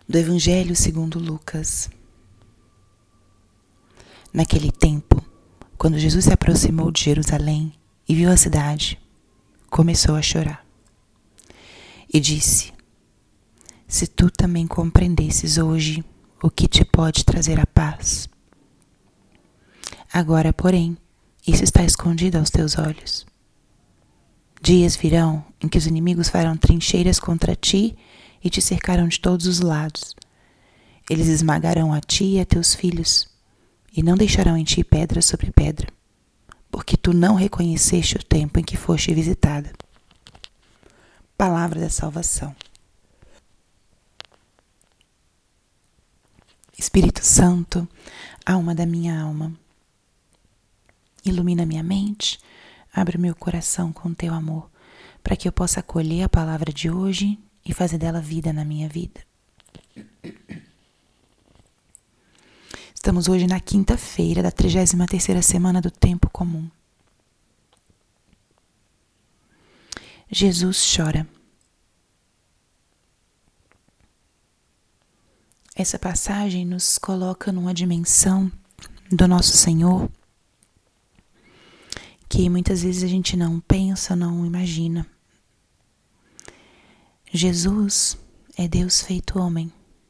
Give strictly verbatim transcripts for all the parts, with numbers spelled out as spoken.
Do Evangelho segundo Lucas. Naquele tempo, quando Jesus se aproximou de Jerusalém e viu a cidade, começou a chorar. E disse: Se tu também compreendesses hoje o que te pode trazer a paz. Agora, porém, isso está escondido aos teus olhos. Dias virão em que os inimigos farão trincheiras contra ti e te cercarão de todos os lados. Eles esmagarão a ti e a teus filhos, e não deixarão em ti pedra sobre pedra, porque tu não reconheceste o tempo em que foste visitada. Palavra da salvação. Espírito Santo, alma da minha alma, ilumina minha mente, abre meu coração com teu amor, para que eu possa acolher a palavra de hoje e fazer dela vida na minha vida. Estamos hoje na quinta-feira da trigésima terceira semana do tempo comum. Jesus chora. Essa passagem nos coloca numa dimensão do nosso Senhor que muitas vezes a gente não pensa, não imagina. Jesus é Deus feito homem.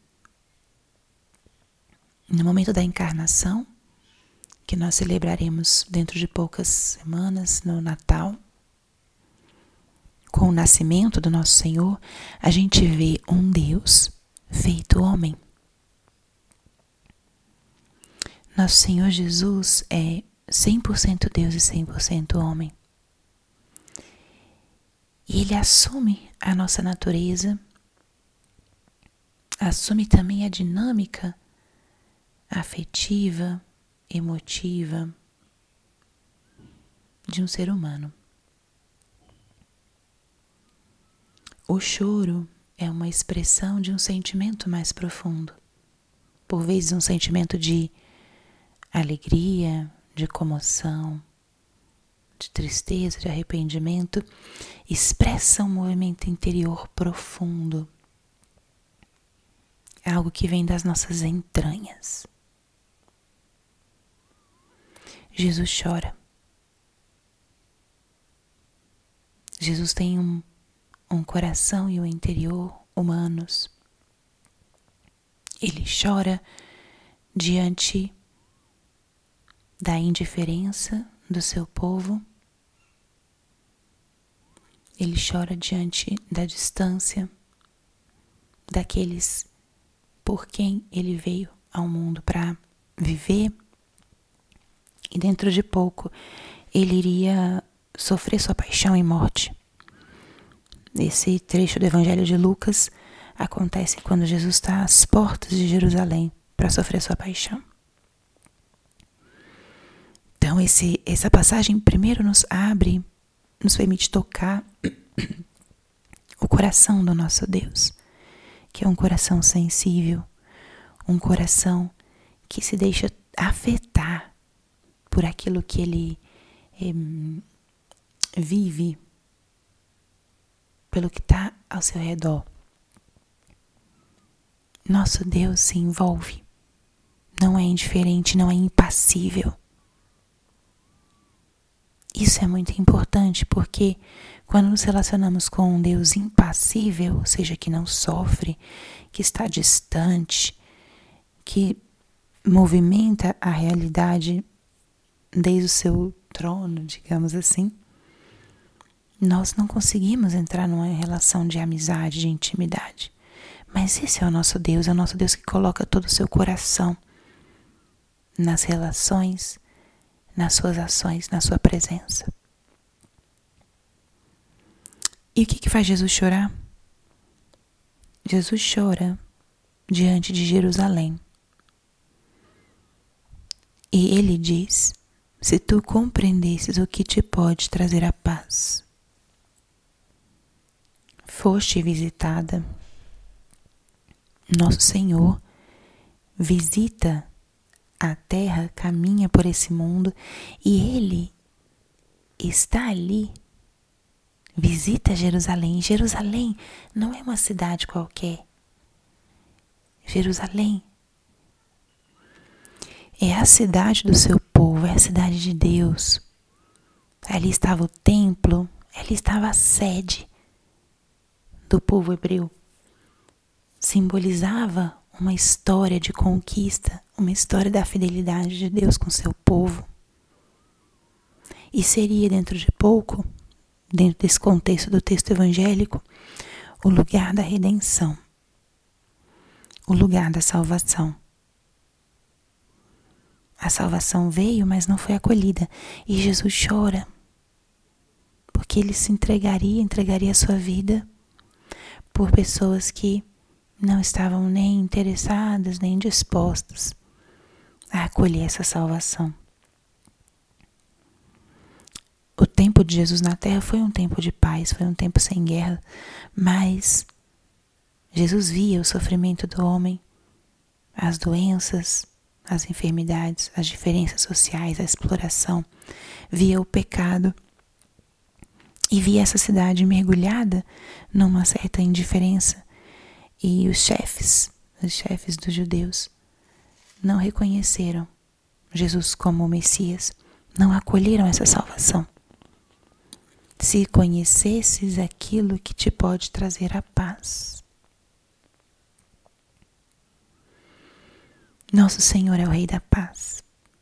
No momento da encarnação, que nós celebraremos dentro de poucas semanas, no Natal, com o nascimento do nosso Senhor, a gente vê um Deus feito homem. Nosso Senhor Jesus é cem por cento Deus e cem por cento homem. E Ele assume a nossa natureza, assume também a dinâmica afetiva, emotiva de um ser humano. O choro é uma expressão de um sentimento mais profundo, por vezes um sentimento de alegria, de comoção, de tristeza, de arrependimento, expressa um movimento interior profundo, algo que vem das nossas entranhas. Jesus chora. Jesus tem um, um coração e um interior humanos. Ele chora diante da indiferença do seu povo. Ele chora diante da distância daqueles por quem ele veio ao mundo para viver. E dentro de pouco ele iria sofrer sua paixão e morte. Esse trecho do Evangelho de Lucas acontece quando Jesus está às portas de Jerusalém para sofrer sua paixão. Então esse, essa passagem primeiro nos abre, nos permite tocar o coração do nosso Deus, que é um coração sensível, um coração que se deixa afetar por aquilo que ele eh, vive, pelo que está ao seu redor. Nosso Deus se envolve, não é indiferente, não é impassível. Isso é muito importante porque quando nos relacionamos com um Deus impassível, ou seja, que não sofre, que está distante, que movimenta a realidade desde o seu trono, digamos assim, nós não conseguimos entrar numa relação de amizade, de intimidade. Mas esse é o nosso Deus, é o nosso Deus que coloca todo o seu coração nas relações, nas suas ações, na sua presença. E o que, que faz Jesus chorar? Jesus chora diante de Jerusalém. E ele diz: se tu compreendesses o que te pode trazer a paz. Foste visitada. Nosso Senhor visita a terra, caminha por esse mundo e Ele está ali, visita Jerusalém. Jerusalém não é uma cidade qualquer, Jerusalém é a cidade do seu povo, é a cidade de Deus. Ali estava o templo, ali estava a sede do povo hebreu. Simbolizava uma história de conquista, uma história da fidelidade de Deus com seu povo. E seria dentro de pouco, dentro desse contexto do texto evangélico, o lugar da redenção, o lugar da salvação. A salvação veio, mas não foi acolhida. E Jesus chora, porque ele se entregaria, entregaria a sua vida por pessoas que não estavam nem interessadas, nem dispostas a acolher essa salvação. O tempo de Jesus na terra foi um tempo de paz, foi um tempo sem guerra, mas Jesus via o sofrimento do homem, as doenças, as enfermidades, as diferenças sociais, a exploração, via o pecado e via essa cidade mergulhada numa certa indiferença. E os chefes, os chefes dos judeus, não reconheceram Jesus como o Messias, não acolheram essa salvação. Se conhecesses aquilo que te pode trazer a paz. Nosso Senhor é o Rei da Paz.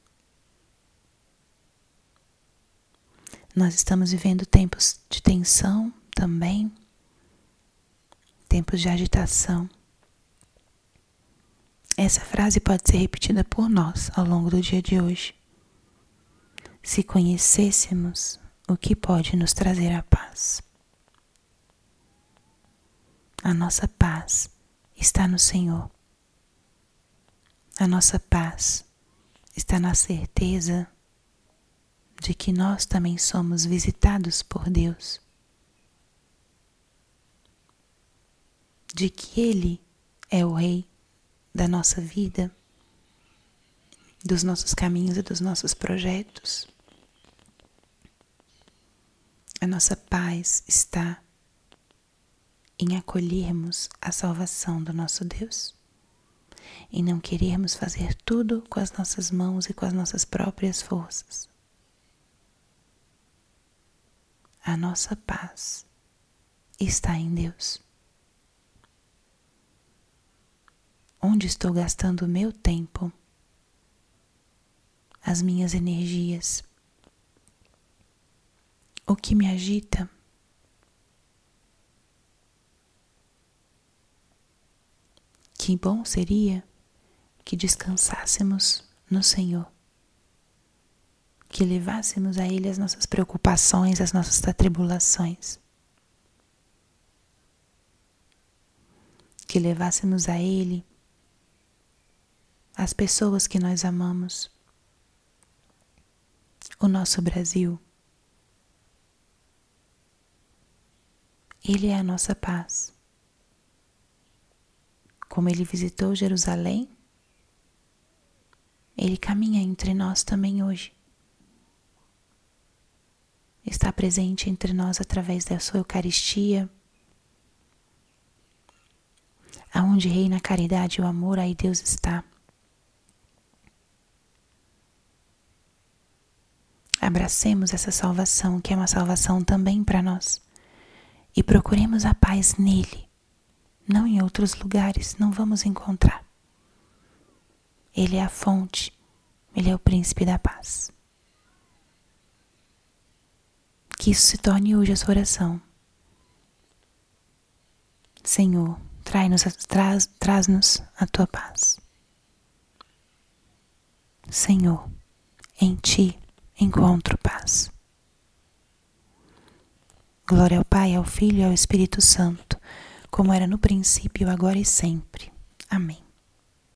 Nós estamos vivendo tempos de tensão também, tempos de agitação. Essa frase pode ser repetida por nós ao longo do dia de hoje. Se conhecêssemos o que pode nos trazer a paz. A nossa paz está no Senhor. A nossa paz está na certeza de que nós também somos visitados por Deus. De que Ele é o Rei da nossa vida, dos nossos caminhos e dos nossos projetos. A nossa paz está em acolhermos a salvação do nosso Deus, em não querermos fazer tudo com as nossas mãos e com as nossas próprias forças. A nossa paz está em Deus. Onde estou gastando o meu tempo, as minhas energias, o que me agita? Que bom seria que descansássemos no Senhor, que levássemos a Ele as nossas preocupações, as nossas atribulações, que levássemos a Ele as pessoas que nós amamos, o nosso Brasil. Ele é a nossa paz. Como Ele visitou Jerusalém, Ele caminha entre nós também hoje. Está presente entre nós através da sua Eucaristia. Aonde reina a caridade e o amor, aí Deus está. Abracemos essa salvação, que é uma salvação também para nós. E procuremos a paz nele, não em outros lugares, não vamos encontrar. Ele é a fonte, Ele é o príncipe da paz. Que isso se torne hoje a sua oração. Senhor, traz-nos traz, traz-nos a tua paz. Senhor, em ti encontro paz. Glória ao Pai, ao Filho e ao Espírito Santo, como era no princípio, agora e sempre. Amém.